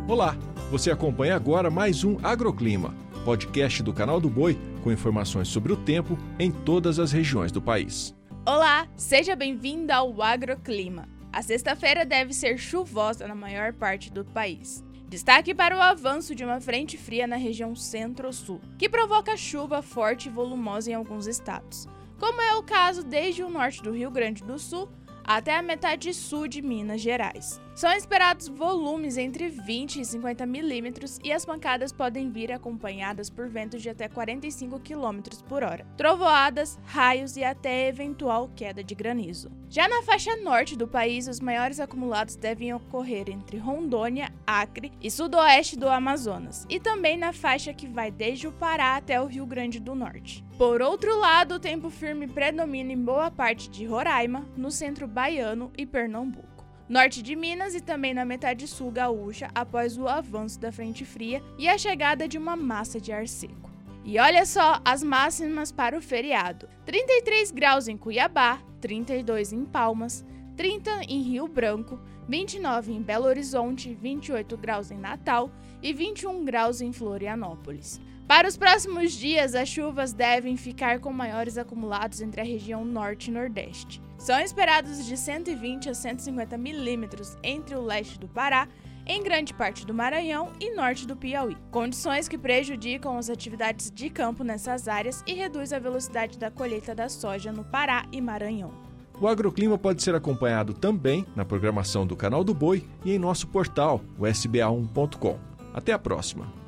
Olá, você acompanha agora mais um Agroclima, podcast do Canal do Boi com informações sobre o tempo em todas as regiões do país. Olá, seja bem-vindo ao Agroclima. A sexta-feira deve ser chuvosa na maior parte do país. Destaque para o avanço de uma frente fria na região centro-sul, que provoca chuva forte e volumosa em alguns estados, como é o caso desde o norte do Rio Grande do Sul até a metade sul de Minas Gerais. São esperados volumes entre 20 e 50 milímetros e as pancadas podem vir acompanhadas por ventos de até 45 km por hora, trovoadas, raios e até eventual queda de granizo. Já na faixa norte do país, os maiores acumulados devem ocorrer entre Rondônia, Acre e sudoeste do Amazonas, e também na faixa que vai desde o Pará até o Rio Grande do Norte. Por outro lado, o tempo firme predomina em boa parte de Roraima, no centro baiano e Pernambuco, norte de Minas e também na metade sul gaúcha após o avanço da frente fria e a chegada de uma massa de ar seco. E olha só as máximas para o feriado: 33 graus em Cuiabá, 32 em Palmas, 30 em Rio Branco, 29 em Belo Horizonte, 28 graus em Natal e 21 graus em Florianópolis. Para os próximos dias, as chuvas devem ficar com maiores acumulados entre a região norte e nordeste. São esperados de 120 a 150 milímetros entre o leste do Pará, em grande parte do Maranhão e norte do Piauí. Condições que prejudicam as atividades de campo nessas áreas e reduz a velocidade da colheita da soja no Pará e Maranhão. O Agroclima pode ser acompanhado também na programação do Canal do Boi e em nosso portal, o sba1.com. Até a próxima!